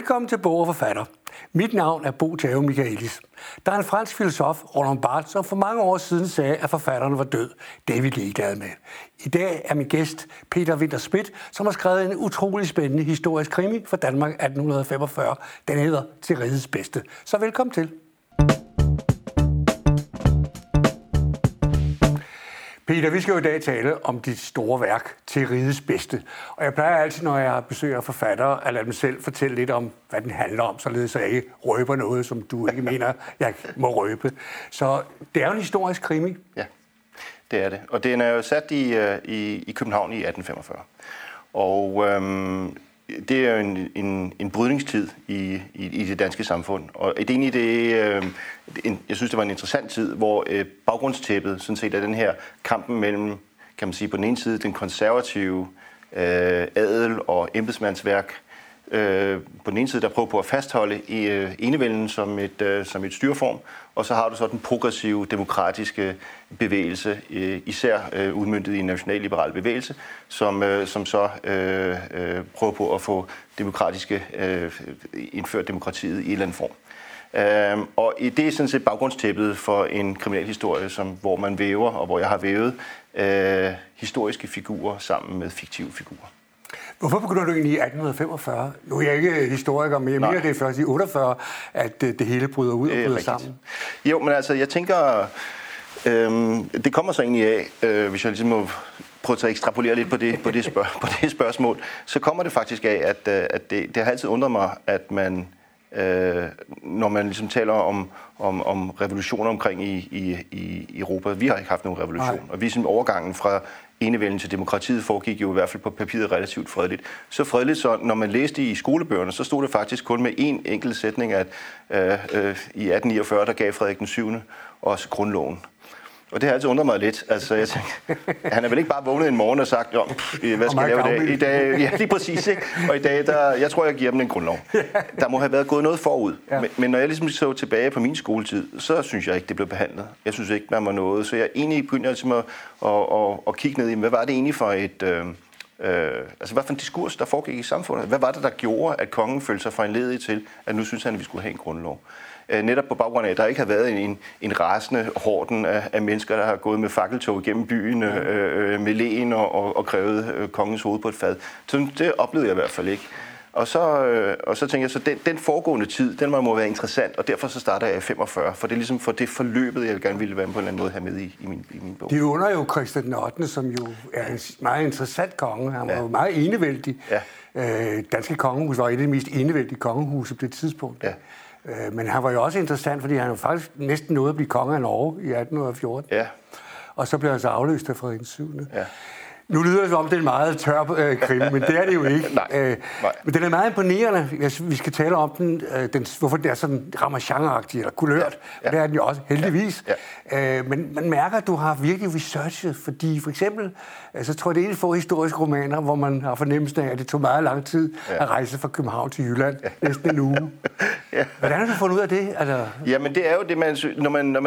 Velkommen til Bog og Forfatter. Mit navn er Bo Tave Michaelis. Der er en fransk filosof, Roland Barthes, som for mange år siden sagde, at forfatteren var død. Det er vi ligeglade med. I dag er min gæst Peter Winther Smith, som har skrevet en utrolig spændende historisk krimi for Danmark 1845. Den hedder Til rigets bedste. Så velkommen til. Peter, vi skal jo i dag tale om dit store værk, Til rigets bedste. Og jeg plejer altid, når jeg besøger forfattere, at lade dem selv fortælle lidt om, hvad den handler om, således at jeg ikke røber noget, som du ikke mener, jeg må røbe. Så det er jo en historisk krimi. Ja, det er det. Og den er jo sat i København i 1845. Og det er jo en brydningstid i det danske samfund. Og jeg synes, det var en interessant tid, hvor baggrundstæppet sådan set er den her kampen mellem, kan man sige, på den ene side den konservative adel og embedsmandsværk, på den ene side, der prøver på at fastholde enevælden som et styreform, og så har du så den progressive, demokratiske bevægelse, især udmøntet i en nationalliberal bevægelse, som så prøver på at få indført demokratiet i en eller anden form. Og det er sådan set baggrundstæppet for en kriminalhistorie, hvor man væver, og hvor jeg har vævet historiske figurer sammen med fiktive figurer. Hvorfor begynder du egentlig i 1845? Nu er jeg ikke historiker, men jeg mener, det er først i 48, at det hele bryder ud og bryder sammen. Jo, men altså, jeg tænker, det kommer så egentlig af, hvis jeg ligesom må prøve at ekstrapolere lidt på det spørgsmål, så kommer det faktisk af, at det har altid undret mig, at man, når man ligesom taler om revolutioner omkring i Europa, vi har ikke haft nogen revolution, og vi er sådan overgangen fra enevælden til demokratiet foregik jo i hvert fald på papiret relativt fredeligt. Så fredeligt, så når man læste i skolebøgerne, så stod det faktisk kun med én enkelt sætning, at i 1849, der gav Frederik den 7. også grundloven. Og det har altid undret mig lidt. Altså, jeg tænker, han er vel ikke bare vågnet en morgen og sagt, hvad skal jeg lave i dag? Ja, lige præcis, ikke? Og i dag, jeg tror, jeg giver dem en grundlov. Der må have været gået noget forud. Ja. Men når jeg ligesom så tilbage på min skoletid, så synes jeg ikke, det blev behandlet. Jeg synes ikke, der var noget. Så jeg egentlig begyndte ligesom at kigge ned i, hvad var det egentlig for hvad for en diskurs, der foregik i samfundet? Hvad var det, der gjorde, at kongen følte sig foranlediget til, at nu synes han, at vi skulle have en grundlov? Netop på baggrund af, at der ikke har været en rasende horden af mennesker, der har gået med fakkeltog igennem byen med leen og krævet kongens hoved på et fad. Så det oplevede jeg i hvert fald ikke. Og så tænker jeg, så den foregående tid, den må være interessant, og derfor så starter jeg i 45, for det er ligesom for det forløbet, jeg gerne ville være på en eller anden måde have med i min bog. Det under jo Christian den 8., som jo er en meget interessant konge. Han var jo meget enevældig. Ja. Danske kongehus var et af de mest enevældige kongehuse på det tidspunkt. Ja. Men han var jo også interessant, fordi han jo faktisk næsten nåede at blive konge af Norge i 1814. Ja. Og så blev han så afløst af Frederik den 7. Ja. Nu lyder det som om, det er en meget tør krimi, men det er det jo ikke. Nej. Men den er meget imponerende. Vi skal tale om hvorfor det er sådan Ramachan-agtigt eller kulørt. Ja. Det er den jo også, heldigvis. Ja. Men man mærker, at du har virkelig researchet, fordi for eksempel, så tror jeg, det er en få historiske romaner, hvor man har fornemmelsen af, at det tog meget lang tid at rejse fra København til Jylland, næsten en uge. Ja. Hvordan har du fundet ud af det? Altså... Jamen, det er jo det, når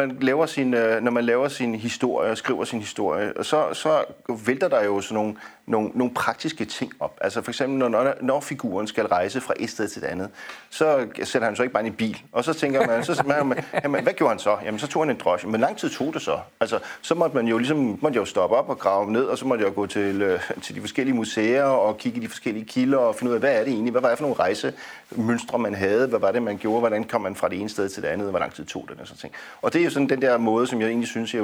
man laver sin historie og skriver sin historie, så vælter der jo sådan nogle praktiske ting op. Altså for eksempel, når figuren skal rejse fra et sted til et andet, så sætter han så ikke bare i en bil. Og så tænker man, hvad gjorde han så? Jamen, så tog han en drosje. Men lang tid tog det så? Altså, så måtte man jo stoppe op og grave ned, og så måtte jeg gå til de forskellige museer og kigge i de forskellige kilder og finde ud af, hvad er det egentlig? Hvad var det for nogle rejsemønstre, man havde? Hvad var det, man gjorde? Hvordan kom man fra det ene sted til det andet? Hvor lang tid tog det? Og sådan ting. Og det er jo sådan den der måde, som jeg egentlig synes,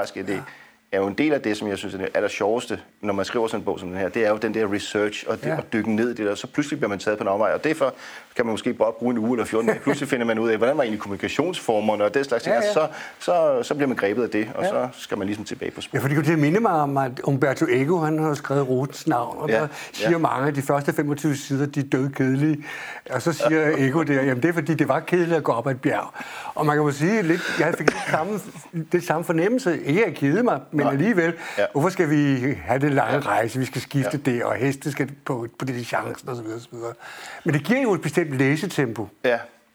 er jo en del af det, som jeg synes er det allersjoveste, når man skriver sådan en bog som den her, det er jo den der research og det at dykke ned i det der, så pludselig bliver man taget på en afvej, og derfor kan man måske bare bruge en uge eller 14 dage, pludselig finder man ud af, hvordan var egentlig kommunikationsformerne og det slags ting, så bliver man grebet af det, og så skal man ligesom tilbage på sporet. Ja, fordi det minder mig om, at Umberto Eco, han har skrevet Rotens navn, og der siger mange af de første 25 sider, de er dødkedelige, og så siger Eco der, jamen det er fordi, det var kedeligt at gå op ad et bjerg. Og man kan jo sige lidt, jeg fik det samme fornemmelse, ikke at kede mig, men alligevel, hvorfor skal vi have det lange rejse, vi skal skifte det, og heste skal på det chancen, og så videre. Men det giver jo et bestemt læsetempo. Ja,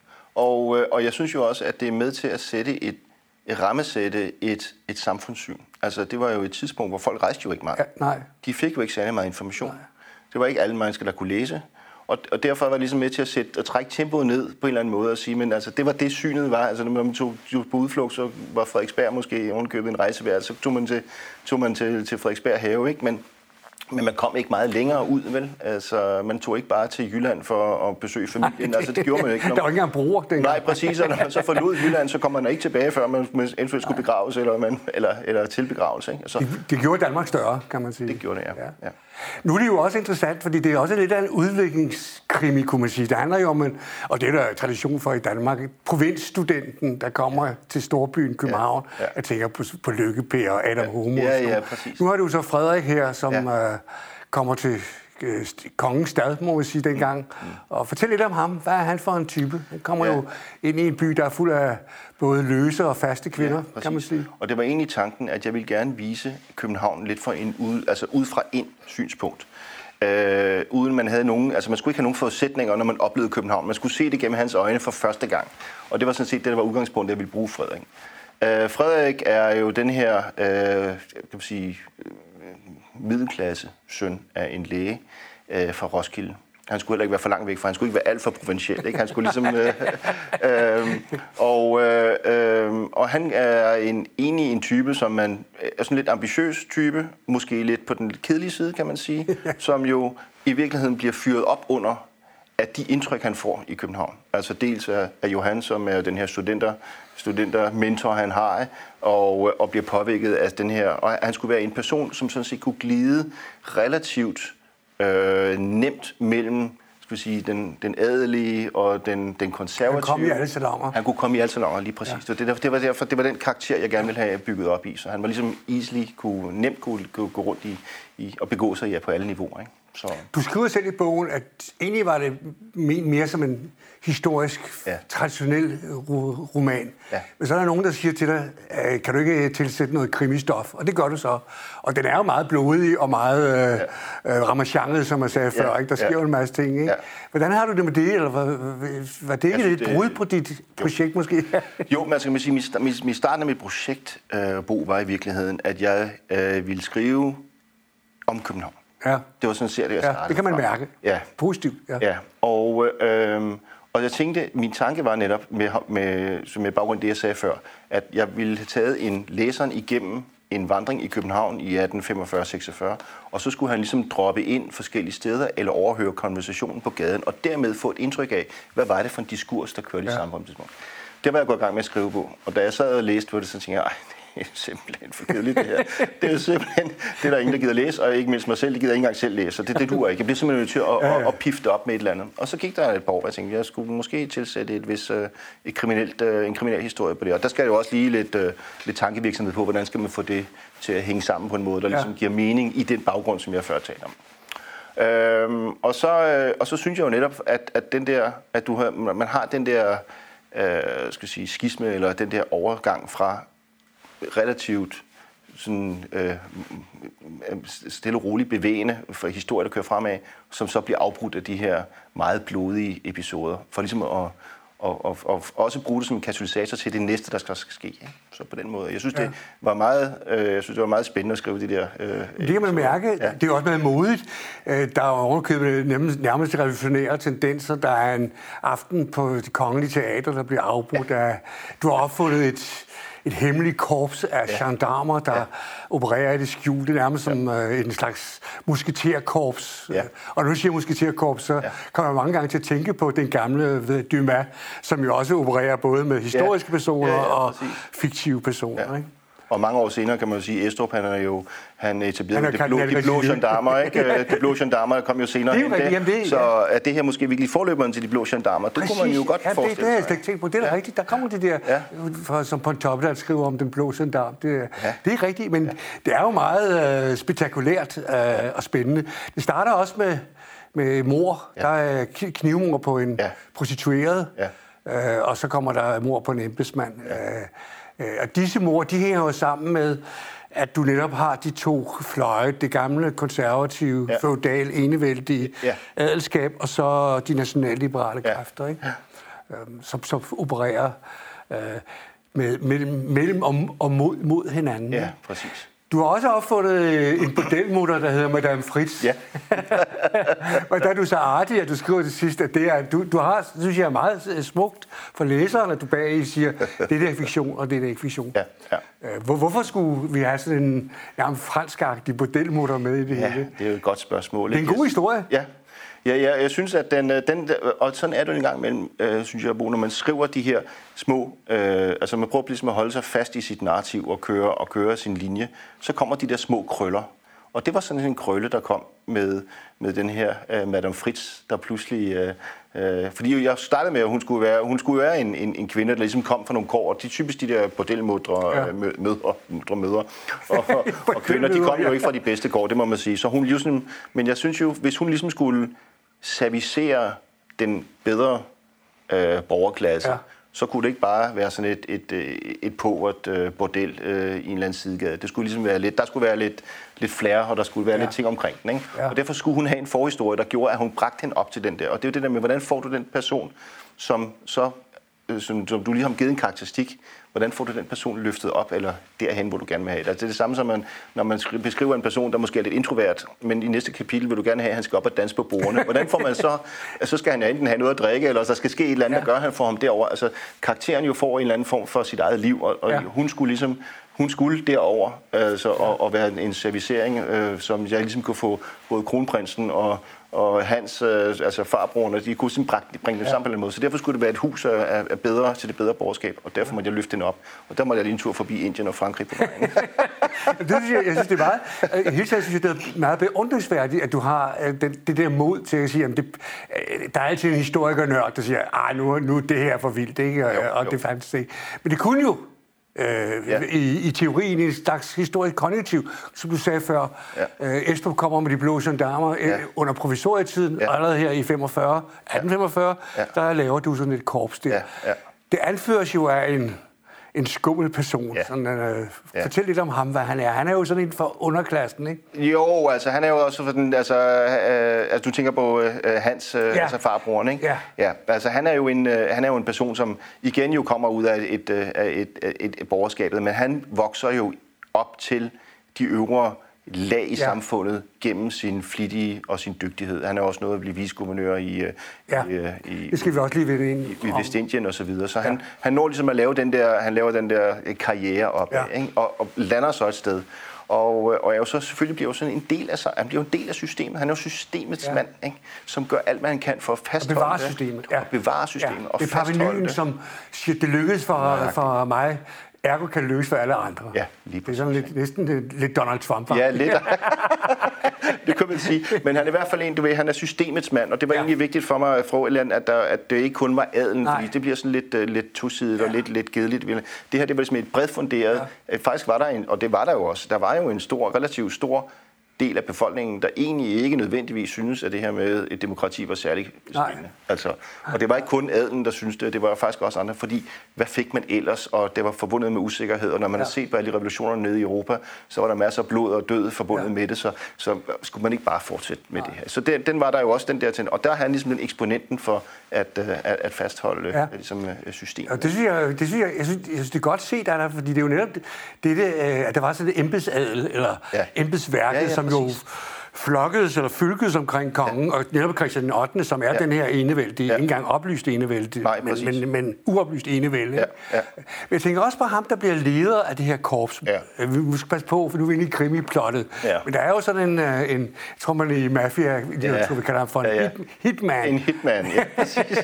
og jeg synes jo også, at det er med til at rammesætte et samfundssyn. Altså, det var jo et tidspunkt, hvor folk rejste jo ikke meget. Ja, nej. De fik jo ikke særlig meget information. Nej. Det var ikke alle mennesker, der kunne læse. Og derfor var jeg ligesom med til at trække tempoet ned på en eller anden måde og sige, men altså, det var det synet var. Altså, når man tog på udflugt, så var Frederiksberg måske ovenkøbet en rejsevært, så tog man til Frederiksberg have, ikke? Men man kom ikke meget længere ud, vel? Altså, man tog ikke bare til Jylland for at besøge familien. Altså, det gjorde man ikke. Der var ikke engang broer dengang. Nej, præcis. Og når man så forlod Jylland, så kom man ikke tilbage, før man eventuelt skulle begraves, eller til begravelse. Ikke? Så, det gjorde Danmark større, kan man sige. Det gjorde det, ja. Nu er det jo også interessant, fordi det er også lidt af en udviklingskrimi, kunne man sige. Det handler jo om og det er der tradition for i Danmark, provinsstudenten, der kommer til storbyen København. Ja. Jeg tænker på Lykke Per og Adam Homo. Ja, præcis. Nu har du så Frederik her, som kommer til kongens stad, må vi sige, dengang. Og fortæl lidt om ham. Hvad er han for en type? Han kommer jo ind i en by, der er fuld af både løse og faste kvinder, kan man sige. Og det var egentlig tanken, at jeg ville gerne vise København lidt ud fra en synspunkt. Uden man havde nogen, altså man skulle ikke have nogen forudsætninger, når man oplevede København. Man skulle se det gennem hans øjne for første gang. Og det var sådan set det, der var udgangspunktet, jeg ville bruge Frederik. Frederik er jo den her, kan man sige, middelklasse søn af en læge fra Roskilde. Han skulle heller ikke være for langt væk fra, han skulle ikke være alt for provinciel, ikke? Han skulle ligesom og han er en type, som man er sådan lidt ambitiøs type, måske lidt på den kedelige side, kan man sige, som jo i virkeligheden bliver fyret op under af de indtryk, han får i København. Altså dels af Johan, som er den her studentermentor, han har, og bliver påvirket af den her. Og han skulle være en person, som sådan set kunne glide relativt nemt mellem, skal vi sige, den adelige og den konservative. Han kom i alle salonger. Han kunne komme i alle salonger, lige præcis. Ja. Det var den karakter, jeg gerne ville have bygget op i. Så han var ligesom nemt kunne gå rundt i og begå sig på alle niveauer, ikke? Så. Du skriver selv i bogen, at egentlig var det mere som en historisk, traditionel roman. Ja. Men så er der nogen, der siger til dig, kan du ikke tilsætte noget krimistof? Og det gør du så. Og den er jo meget blodig og meget ramachanget, som jeg sagde før. Ikke? Der sker jo en masse ting. Ikke? Ja. Hvordan har du det med det? Eller var det ikke lidt brud på dit projekt måske? Jo, men altså, kan man sige, mit starten af mit projekt, Bo, var i virkeligheden, at jeg ville skrive om København. Ja. Det var sådan set det, jeg startede. Det kan man mærke. Ja. Positivt. Ja. Og jeg tænkte, min tanke var netop, med baggrund af det, jeg sagde før, at jeg ville have taget læseren igennem en vandring i København i 1845-46, og så skulle han ligesom droppe ind forskellige steder eller overhøre konversationen på gaden, og dermed få et indtryk af, hvad var det for en diskurs, der kørte i samme tidspunkt. Det var jeg gået i gang med at skrive på, og da jeg sad og læste på det, så tænkte jeg, det er simpelthen for kedeligt det her. Det er simpelthen, det er der ingen, der gider læse, og ikke mindst mig selv, det gider ikke engang selv læse, så det duer ikke. Jeg bliver simpelthen nødt til at pifte op med et eller andet. Og så gik der et par år, og jeg tænkte, jeg skulle måske tilsætte en kriminel historie på det. Og der skal jo også lige lidt tankevirksomhed på, hvordan skal man få det til at hænge sammen på en måde, der ligesom giver mening i den baggrund, som jeg før talte om. Og så synes jeg jo netop, at man har den der skisme, eller den der overgang fra relativt sådan, stille og roligt bevægende for historier, der kører fremad, som så bliver afbrudt af de her meget blodige episoder, for ligesom at også bruge det som en katalysator til det næste, der skal ske. Ikke? Så på den måde. Jeg synes, det var meget spændende at skrive de der... Det kan man mærke. Ja. Det er også meget modigt. Der er overkøbet nærmest revolutionære tendenser. Der er en aften på Det Kongelige Teater, der bliver afbrudt af... Du har opfundet et hemmeligt korps af gendarmer, der opererer i det skjulte, nærmest som en slags musketerkorps. Ja. Og når du siger musketerkorps, så kommer jeg mange gange til at tænke på den gamle Dumas, som jo også opererer både med historiske personer og fiktive personer. Ja. Ikke? Og mange år senere kan man jo sige, at Estrup, han etablerede de blå gendarmer, ikke? De blå gendarmer kom jo senere hen. Så er det her måske virkelig forløberen til de blå gendarmer? Det kunne man jo godt forestille sig. Det har jeg slet ikke tænkt på. Det er da rigtigt. Der kommer det der, som Pontoppidan skriver om den blå gendarm. Det er rigtigt, men det er jo meget spektakulært og spændende. Det starter også med mord. Der er knivmord på en prostitueret, og så kommer der mord på en embedsmand. Og disse mord, de hænger jo sammen med, at du netop har de to fløje, det gamle konservative, feudal, enevældige adelskab, og så de nationalliberale kræfter, ikke? Som opererer mellem og mod hinanden. Ja, præcis. Du har også opfundet en bordelmutter, der hedder Madame Fritz. Ja. Og der er du så artig, at du skriver til sidst, at det er, du har, synes jeg, er meget smukt for læseren, at du bag siger, det er fiktion, og det er ikke fiktion. Ja, ja. Hvorfor skulle vi have sådan en franskagtig bordelmutter med i det hele? Det er jo et godt spørgsmål. Det er en god historie. Ja. Ja, jeg synes, at den og sådan er det en gang imellem, synes jeg, Bo, når man skriver de her små, altså man prøver ligesom at holde sig fast i sit narrativ og køre sin linje, så kommer de der små krøller. Og det var sådan en krølle, der kom med den her Madame Fritz, der pludselig... fordi jeg startede med, at hun skulle være en kvinde, der ligesom kom fra nogle kår, og de typisk de der bordelmødre, mødre. Og kvinder, de kom jo ikke fra de bedste kår, det må man sige. Så hun ligesom, men jeg synes jo, hvis hun ligesom skulle servicere den bedre borgerklasse, så kunne det ikke bare være sådan et påvert bordel i en eller anden sidegade. Det skulle ligesom være lidt, der skulle være lidt flair, og der skulle være lidt ting omkring den, ikke? Og derfor skulle hun have en forhistorie, der gjorde, at hun bragte hende op til den der. Og det er jo det der med, hvordan får du den person, som du lige har givet en karakteristik, hvordan får du den person løftet op, eller derhen, hvor du gerne vil have det. Altså, det er det samme som, når man beskriver en person, der måske er lidt introvert, men i næste kapitel vil du gerne have, at han skal op og danse på bordene. Hvordan får man så skal han jo enten have noget at drikke, eller der skal ske et eller andet, der gør, han får ham derover. Altså, karakteren jo får en eller anden form for sit eget liv, og hun skulle derover og være en servicering, som jeg ligesom kunne få både kronprinsen og hans farbroerne, de kunne simpelthen bringe dem sammen på en måde. Så derfor skulle det være et hus af bedre til det bedre borgerskab, og derfor måtte jeg løfte den op. Og der måtte jeg lige en tur forbi Indien og Frankrig på vejen. Jeg synes, det er meget, helt synes jeg, det er meget beundringsværdigt, at du har det der mod til at sige, at der er altid en historiker-nørd, der siger, nu er det her for vildt, ikke? Og det er faktisk ikke. Men det kunne jo i teorien en slags historisk kognitiv, som du sagde før. Estrup kommer med de blå gendarmer under provisorietiden, allerede her i 1845, der laver du sådan et korps der. Det anføres jo af en skummel person. Sådan, fortæl lidt om ham, hvad han er. Han er jo sådan en for underklassen, ikke? Jo, altså han er jo også for den, du tænker på Hans, altså farbroren, ikke? Ja. Altså han er jo en person, som igen jo kommer ud af et borgerskabet, men han vokser jo op til de øvre lag i samfundet gennem sin flittige og sin dygtighed. Han er også nået at blive viceguvernør i det skal vi også lige vende ind i Vestindien og så videre. Så han når ligesom at lave den der karriere op, ikke? Og lander så et sted. Og er jo så selvfølgelig bliver jo sådan en del af sig. Han bliver en del af systemet. Han er jo systemets mand, ikke? Som gør alt hvad han kan for at fastholde bevare systemet. Og bevare systemet og det er parvenyen, som siger, det lykkedes for mig. Ergo kan løse for alle andre. Ja, lige det er sådan næsten lidt Donald Trump. Ja, lidt. Det kan man sige. Men han er i hvert fald en, han er systemets mand, og det var egentlig vigtigt for mig, at det ikke kun var adelen, fordi det bliver sådan lidt tosidigt og lidt kedeligt. Det her, det var ligesom et bredt funderet. Faktisk var der og det var der jo også, der var jo en relativt stor del af befolkningen, der egentlig ikke nødvendigvis synes, at det her med et demokrati var særlig spændende. Altså, og det var ikke kun adelen, der syntes det var faktisk også andre, fordi hvad fik man ellers? Og det var forbundet med usikkerhed, og når man har set på alle de revolutioner nede i Europa, så var der masser af blod og død forbundet med det, så skulle man ikke bare fortsætte med det her. Så den var der jo også, den der til, og der er han ligesom den eksponenten for at fastholde ligesom, systemet. Og det synes jeg det er godt set af dig, fordi det er jo netop det, at der var sådan et embedsadel, eller embedsværket, som jo flokkedes eller fylkedes omkring kongen, og netop Christian 8., som er den her enevælde, ikke engang oplyst enevælde, men uoplyst enevælde. Men jeg tænker også på ham, der bliver leder af det her korps. Vi skal passe på, for nu er vi inde i krimiplottet. Men der er jo sådan en jeg tror man i mafia, jeg tror vi kalder ham for en hitman. En hitman, ja, præcis.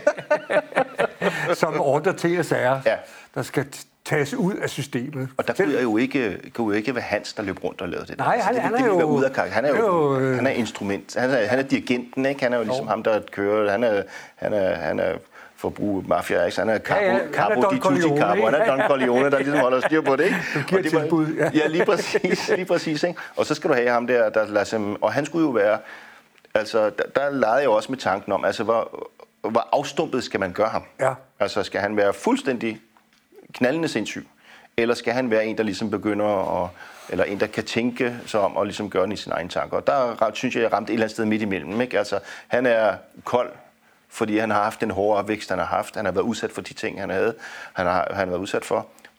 Som ordrer til at sager, der skal tages ud af systemet. Og der kunne jo ikke være Hans, der løb rundt og lavede det. Nej, han er jo... Han er instrument. Han er dirigenten, ikke? Han er jo ligesom ham, der kører. Han er for at bruge mafia, ikke? Han er capo di tutti capo. Han er Don Corleone, der ligesom holder styr på det, ikke? Ja, lige præcis, ikke? Og så skal du have ham der lader sig... Og han skulle jo være... Altså, der legede jeg jo også med tanken om, altså, hvor afstumpet skal man gøre ham? Altså, skal han være fuldstændig knaldende sindssyg, eller skal han være en, der ligesom begynder eller en, der kan tænke sig om og ligesom gøre den i sine egne tanker. Og der synes jeg ramte et eller andet sted midt imellem, ikke? Altså, han er kold, fordi han har haft den hårde opvækst, han har haft. Han har været udsat for de ting, han har været udsat for.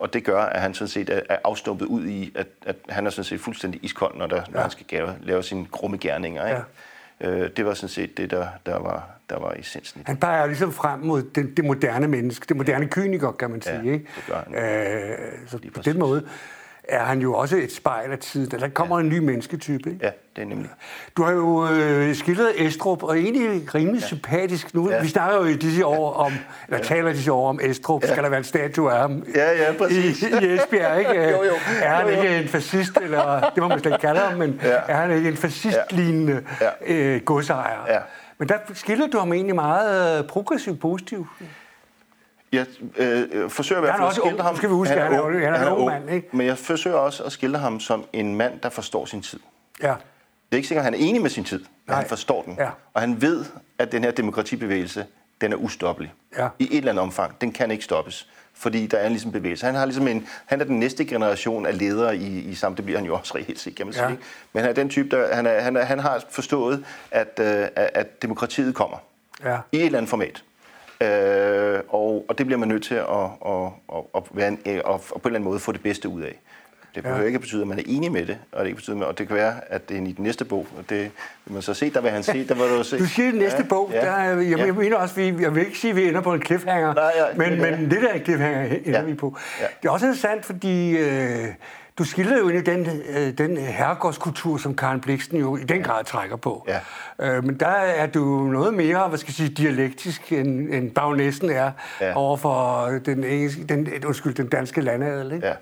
Og det gør, at han sådan set er afstumpet ud i, at han er sådan set fuldstændig iskold, når han skal lave sine grumme gerninger. Ikke? Ja. Det var sådan set det, der var essensen. Han peger ligesom frem mod det moderne menneske, det moderne kyniker, kan man sige. Ikke? Det gør han. Så på den måde er han jo også et spejl af tiden. Der kommer en ny mennesketype. Ikke? Ja, det er nemlig. Du har jo skildret Estrup, og egentlig rimelig sympatisk nu. Vi snakker jo i disse år om, eller taler disse år om Estrup. Skal der være en statue af ham præcis. i Esbjerg, ikke? Jo. Er han ikke en fascist, eller det må man slet ikke kalde ham, men er han ikke en fascistlignende godsejer? Ja. Men der skildrer du ham egentlig meget progressivt positivt. Jeg forsøger i hvert fald at skildre ham. Skal vi huske, han er en ung mand, ikke? Men jeg forsøger også at skildre ham som en mand, der forstår sin tid. Ja. Det er ikke sikkert, at han er enig med sin tid, men han forstår den. Ja. Og han ved, at den her demokratibevægelse, den er ustoppelig. Ja. I et eller andet omfang. Den kan ikke stoppes, fordi der er ligesom bevægelse. Han er den næste generation af ledere i sammen. Det bliver han jo også reelt set, kan man sige. Men han er den type, han har forstået, at demokratiet kommer i et eller andet format. Og det bliver man nødt til at på en eller anden måde få det bedste ud af. Det behøver ikke at betyde, at man er enig med det, og det kan være, at det er i den næste bog, og det vil man så se, der vil han se, der vil du se. Du siger den næste bog, jeg mener også, jeg vil ikke sige, at vi ender på en cliffhanger, men det der er en cliffhanger ender vi på. Ja. Det er også interessant, fordi du skildrer jo ind i den herregårdskultur, som Karen Blixen jo i den grad trækker på. Ja. Men der er du noget mere, dialektisk, end baronessen er overfor den danske landadel, ikke? Ja.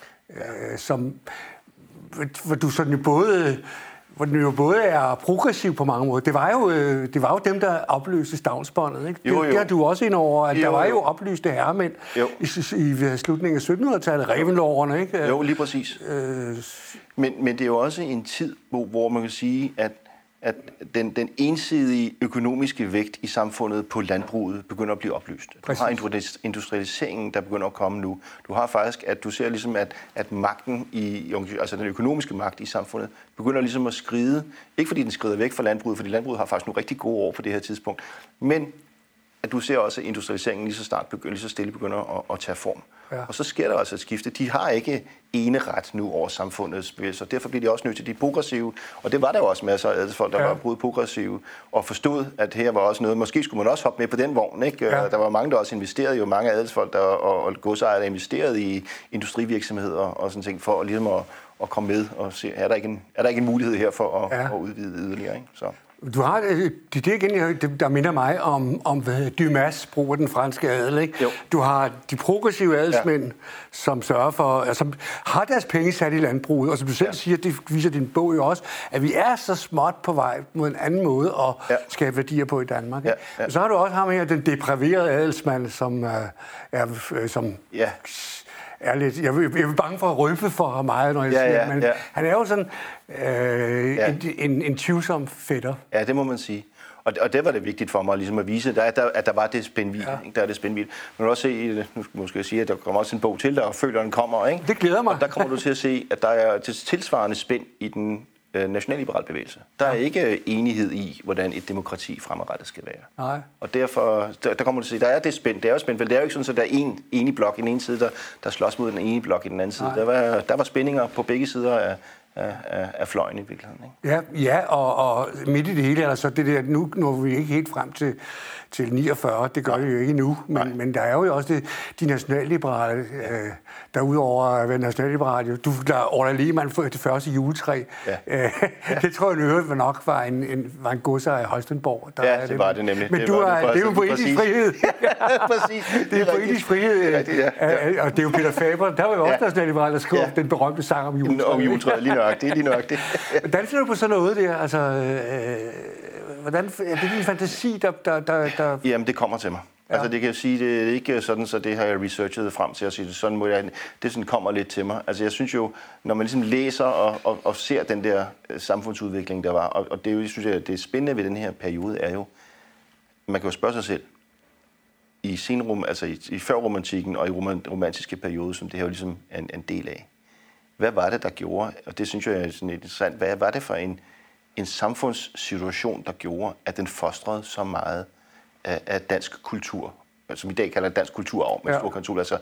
Hvor du sådan hvor den jo både er progressiv på mange måder. Det var jo dem, der opløste stavnsbåndet, ikke? Jo. Det har du også ind over, at der var jo oplyste herremænd i slutningen af 1700-tallet, Reventloverne, ikke? Jo, lige præcis. Men det er jo også en tid, hvor man kan sige, at den ensidige økonomiske vægt i samfundet på landbruget begynder at blive opløst. Du har industrialiseringen, der begynder at komme nu. Du har faktisk, at du ser ligesom, at magten altså den økonomiske magt i samfundet begynder ligesom at skride. Ikke fordi den skrider væk fra landbruget, fordi landbruget har faktisk nogle rigtig gode år på det her tidspunkt. Men at du ser også, at industrialiseringen lige så stille begynder at tage form. Ja. Og så sker der altså et skifte. De har ikke eneret nu over samfundets bevægelser, og derfor bliver de også nødt til de progressive. Og det var der jo også masser af adelsfolk, der var brudt progressive, og forstod, at her var også noget. Måske skulle man også hoppe med på den vogn, ikke? Ja. Der var mange, der også investerede, jo mange adelsfolk og godsejere, der investerede i industrivirksomheder og sådan ting, for ligesom at komme med og se, er der ikke en mulighed her for at udvide yderligere, ikke? Så. Du har det igen, der minder mig om Dumas bruger den franske adel, ikke? Jo. Du har de progressive adelsmænd, som sørger for, som har deres penge sat i landbruget, og som du selv siger, det viser din bog jo også, at vi er så småt på vej mod en anden måde at skabe værdier på i Danmark. Ikke? Ja. Så har du også ham her, den depraverede adelsmand, som er lidt, jeg er bange for at røbe for meget, når jeg siger, men han er jo sådan en tvivlsom fætter. Ja, det må man sige. Og det var det vigtigt for mig ligesom at vise, at der var det spændvidde. Ja. Der er det spændvidde. Men også se, nu skal jeg sige, at der kommer også en bog til, der og føleren kommer. Ikke? Det glæder mig. Og der kommer du til at se, at der er tilsvarende spænd i den nationalliberale bevægelse. Der er ikke enighed i, hvordan et demokrati fremadrettet skal være. Nej. Og derfor, der kommer du til at se, der er det spændt. Det er jo spændt, vel? Det er jo ikke sådan, at der er en enig blok i den ene side, der slås mod den ene blok i den anden side. Der var spændinger på begge sider af fløjen i virkeligheden. Ikke? Ja, og midt i det hele, altså det der, nu når vi ikke helt frem til 49, det gør det jo ikke endnu, men der er jo også de nationalliberale, der udover at være nationalliberale, der Orla Lehmann for det første juletræ. Ja. Det tror jeg nok var en godsejer i Holstenborg. Det var det nemlig. Men det er jo politisk frihed. Præcis. Det er politisk frihed. Og det er jo Peter Faber, der var jo også nationalliberal, der skrev den berømte sang om juletræet. Om juletræet, lige nøjagtigt. Hvordan ser du på sådan noget der? Altså, hvordan er det din fantasi, der... Jamen, det kommer til mig. Ja. Altså, det kan jeg sige, det er ikke sådan, så det har jeg researchet frem til at sige det sådan, det sådan kommer lidt til mig. Altså, jeg synes jo, når man ligesom læser og ser den der samfundsudvikling, der var, og det er jo, synes jeg, det er spændende ved den her periode, er jo, man kan jo spørge sig selv, i førromantikken og i romantiske periode, som det her jo ligesom er en del af. Hvad var det, der gjorde, og det synes jeg er sådan interessant, hvad var det for en samfundssituation, der gjorde, at den fostrede så meget af dansk kultur, som i dag kalder dansk kulturarv, med stor kultur, altså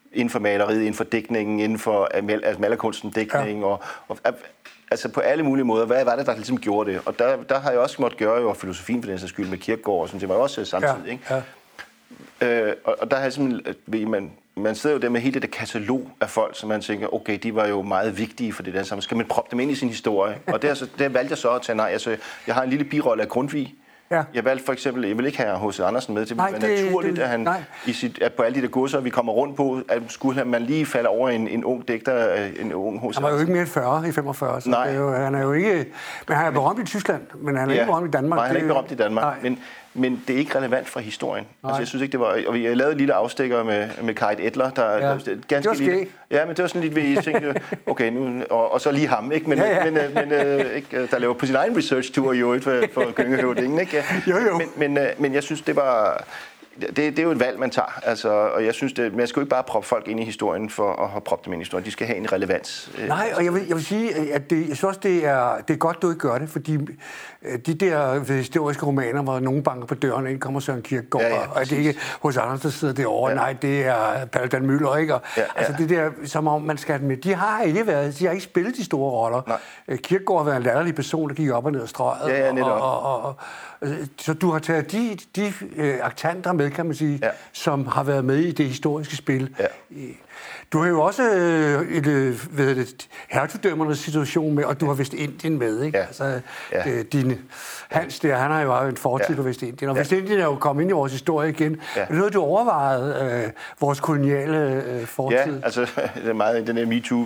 inden for maleriet, inden for digtningen, inden for malerkunsten, digtning, og altså på alle mulige måder. Hvad var det, der ligesom gjorde det? Og der har jeg også måttet gøre jo filosofien for den sags skyld med Kierkegaard, og sådan, det var jo også samtidig, ikke? Ja. Og der har jeg simpelthen, man sidder jo der med hele det katalog af folk, som man tænker, okay, de var jo meget vigtige for det der sammen. Skal man proppe dem ind i sin historie? Og der valgte jeg så at tage nej. Altså, jeg har en lille birolle af Grundtvig. Ja. Jeg valgte for eksempel, jeg vil ikke have H.C. Andersen med, det ville være naturligt, at han at på alle de der godser, vi kommer rundt på, at skulle man lige falde over en ung digter, en ung H.C. Han var jo ikke mere end 40 i 45, så det er jo, han er jo ikke... Men han er berømt i Tyskland, men han er ikke berømt i Danmark. Nej, han er ikke berømt i Danmark, men det er ikke relevant for historien. Altså, jeg synes ikke, det var... Og jeg lavede et lille afstikker med Karit Edler, der ganske lille... Ja, men det var sådan lidt, vi tænkte, okay, nu... Og så lige ham, ikke? Men ikke, der laver på sin egen research-tur i øvrigt for Gyngehøvdingen, ikke? Jo. Men jeg synes, det var... Det er jo et valg, man tager, altså, og jeg synes, man skal jo ikke bare proppe folk ind i historien for at have proppet dem ind i historien. De skal have en relevans. Nej, og jeg vil sige, at jeg synes også, det er godt, du ikke gør det, fordi de der historiske romaner, hvor nogen banker på døren, ind kommer Søren Kierkegaard, og det er ikke hos andre, der sidder derovre. Nej, det er Paludan Müller, ikke? Og, altså det der, som om man skal med, de har ikke spillet de store roller. Kierkegaard har været en latterlig person, der gik op og ned ad strøget. Så du har taget de aktanter med, kan man sige, som har været med i det historiske spil. Ja. Du har jo også hertugdømmernes situation med, og du har Vestindien med, ikke? Altså, din Hans der, han har jo en fortid på Vestindien, og Vestindien er jo kommet ind i vores historie igen. Er det noget, du overvejede, vores koloniale fortid? Ja, altså, det er meget den der MeToo,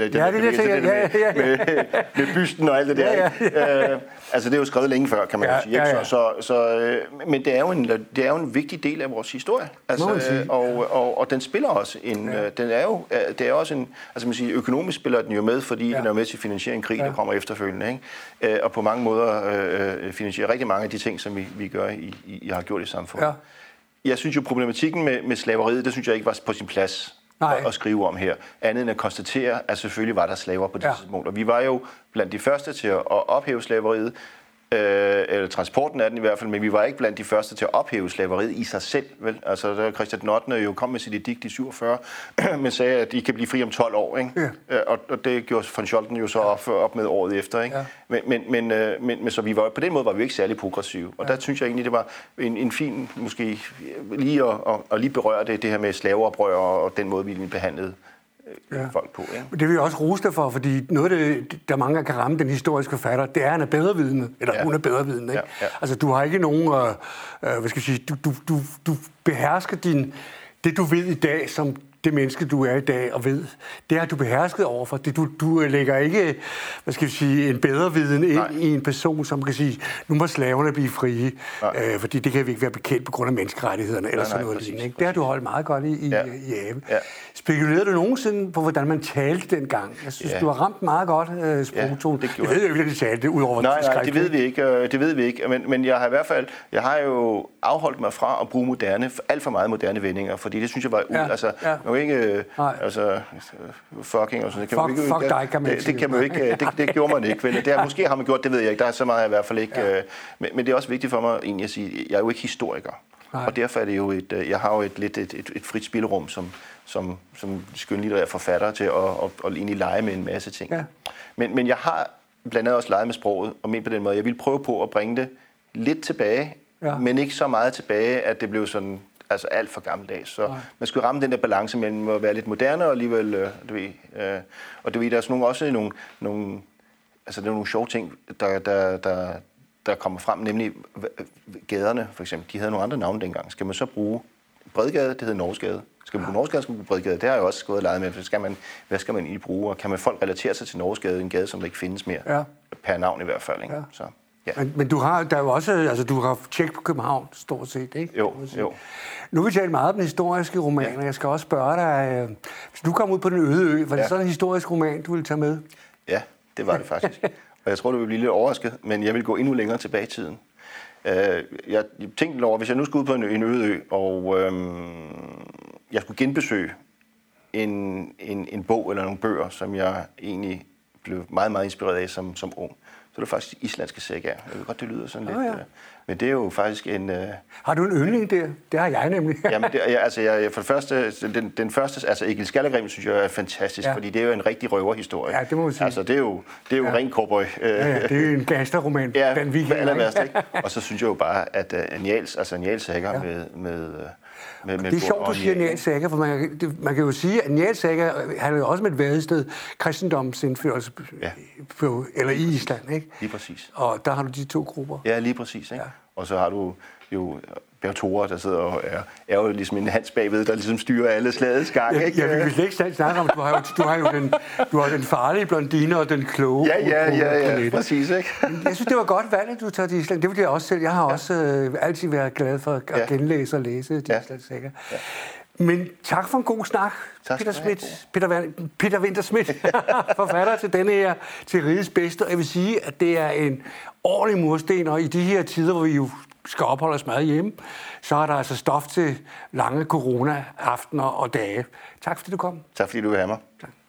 med bysten og alt det der. Altså, det er jo skrevet længe før, kan man jo sige. Men det er jo en vigtig del af vores historie. Altså, og den spiller også en... Det er også en... Altså, man siger, økonomisk spiller den jo med, fordi den er med til at finansiere en krig, der kommer efterfølgende, ikke? Og på mange måder finansierer rigtig mange af de ting, som vi gør, I har gjort i samfundet. Ja. Jeg synes jo, problematikken med slaveriet, det synes jeg ikke var på sin plads at skrive om her. Andet end at konstatere, at selvfølgelig var der slaver på det tidspunkt. Og vi var jo blandt de første til at ophæve slaveriet, eller transporten af den i hvert fald, men vi var ikke blandt de første til at ophæve slaveriet i sig selv, vel? Altså, der Christian den 8. jo kom med sit edikt i 47, men sagde, at I kan blive fri om 12 år, ikke? Ja. Og det gjorde von Scholten jo så op med året efter, ikke? Ja. Men så vi var, på den måde var vi ikke særlig progressive, og der synes jeg egentlig, det var en fin, måske lige at lige berøre det her med slaveoprør og den måde, vi behandlede folk på. Ikke? Det vil jeg også rose dig for, fordi noget af det, der mange kan ramme den historiske forfatter, det er, at han er bedrevidende, eller hun er bedrevidende. Ikke? Altså, du har ikke nogen, hvad skal jeg sige, du behersker det, du ved i dag, som det menneske, du er i dag og ved, det har du behersket overfor. Du lægger ikke, hvad skal jeg sige, en bedre viden ind i en person, som kan sige, nu må slaverne blive frie, fordi det kan vi ikke være bekendt på grund af menneskerettighederne, eller sådan noget. Præcis. Det har du holdt meget godt i ave. Ja. Spekulerede du nogensinde på, hvordan man talte dengang? Jeg synes, du har ramt meget godt sprogtonen. Ja, jeg ved jo ikke, hvordan de talte, udover nej, det ved vi ikke. Men jeg har i hvert fald, jeg har jo afholdt mig fra at bruge alt for meget moderne vendinger, fordi det synes jeg var ikke, altså, fucking og sådan noget. Det kan man ikke, det gjorde man ikke, vel? Måske har man gjort, det ved jeg ikke, der er så meget i hvert fald ikke, men det er også vigtigt for mig egentlig at sige, jeg er jo ikke historiker, og derfor er det jo jeg har jo et frit spillerum, som skønlitterær forfatter til at egentlig lege med en masse ting. Ja. Men jeg har blandt andet også leget med sproget, og ment på den måde, jeg vil prøve på at bringe det lidt tilbage, men ikke så meget tilbage, at det blev sådan, altså alt for gammeldags. Så man skulle ramme den der balance mellem at være lidt moderne og alligevel, og der er sådan også nogle altså der er nogle sjove ting, der kommer frem, nemlig gaderne for eksempel. De havde nogle andre navne dengang. Skal man så bruge Bredgade? Det hed Norgesgade. Skal man bruge Norgesgade, skal man bruge Bredgade? Det har jeg også gået og leget med. Hvad skal man egentlig bruge? Og kan man folk relatere sig til Norgesgade, en gade, som der ikke findes mere? Ja. Per navn i hvert fald. Ikke? Ja. Så, ja. Men du har jo også, altså du har tjekket på København, stort set, ikke? Jo. Nu vil vi tale meget om den historiske roman, og jeg skal også spørge dig, hvis du kom ud på den øde ø, var det sådan en historisk roman, du ville tage med? Ja, det var det faktisk. Og jeg tror, du vil blive lidt overrasket, men jeg vil gå endnu længere tilbage i tiden. Jeg tænkte over, hvis jeg nu skulle ud på en øde ø, og jeg skulle genbesøge en bog eller nogle bøger, som jeg egentlig blev meget, meget inspireret af som ung. Så det er faktisk islandske sækker. Jeg ved godt, det lyder sådan lidt... Ja. Men det er jo faktisk en... Har du en yndling der? Det har jeg nemlig. Jamen, for det første, den første, altså Egil Skallagrim, synes jeg er fantastisk, fordi det er jo en rigtig røverhistorie. Ja, det må man sige. Altså, det er jo ren cowboy. Ja, det er jo en gangsterroman. Ja, det er værst, ikke? Og så synes jeg jo bare, at Njal Sækker med det er sjovt, du siger Njal Sækker, for man kan jo sige, at Njal Sækker handler jo også med et vadested kristendomsindførelse eller i Island, ikke? Lige præcis. Og der har du de to grupper. Ja, lige præcis, ikke? Ja. Og så har du jo Bertore, der sidder og er jo ligesom en Hans bagved, der ligesom styrer alle slagets gang, ikke? Ja, vi vil slet ikke snakke om, du har den farlige blondine og den kloge. Ja, præcis, ikke? Jeg synes, det var godt valgt, at du tager til Island. Det vil jeg også selv. Jeg har også altid været glad for at genlæse og læse de Islandssækker. Ja. Men tak for en god snak, Peter Winther Smith, forfatter til denne her, til Rigets Bedste. Og jeg vil sige, at det er en ordentlig mursten, og i de her tider, hvor vi jo skal opholde os meget hjemme, så er der altså stof til lange corona-aftener og dage. Tak fordi du kom. Tak fordi du vil have mig. Tak.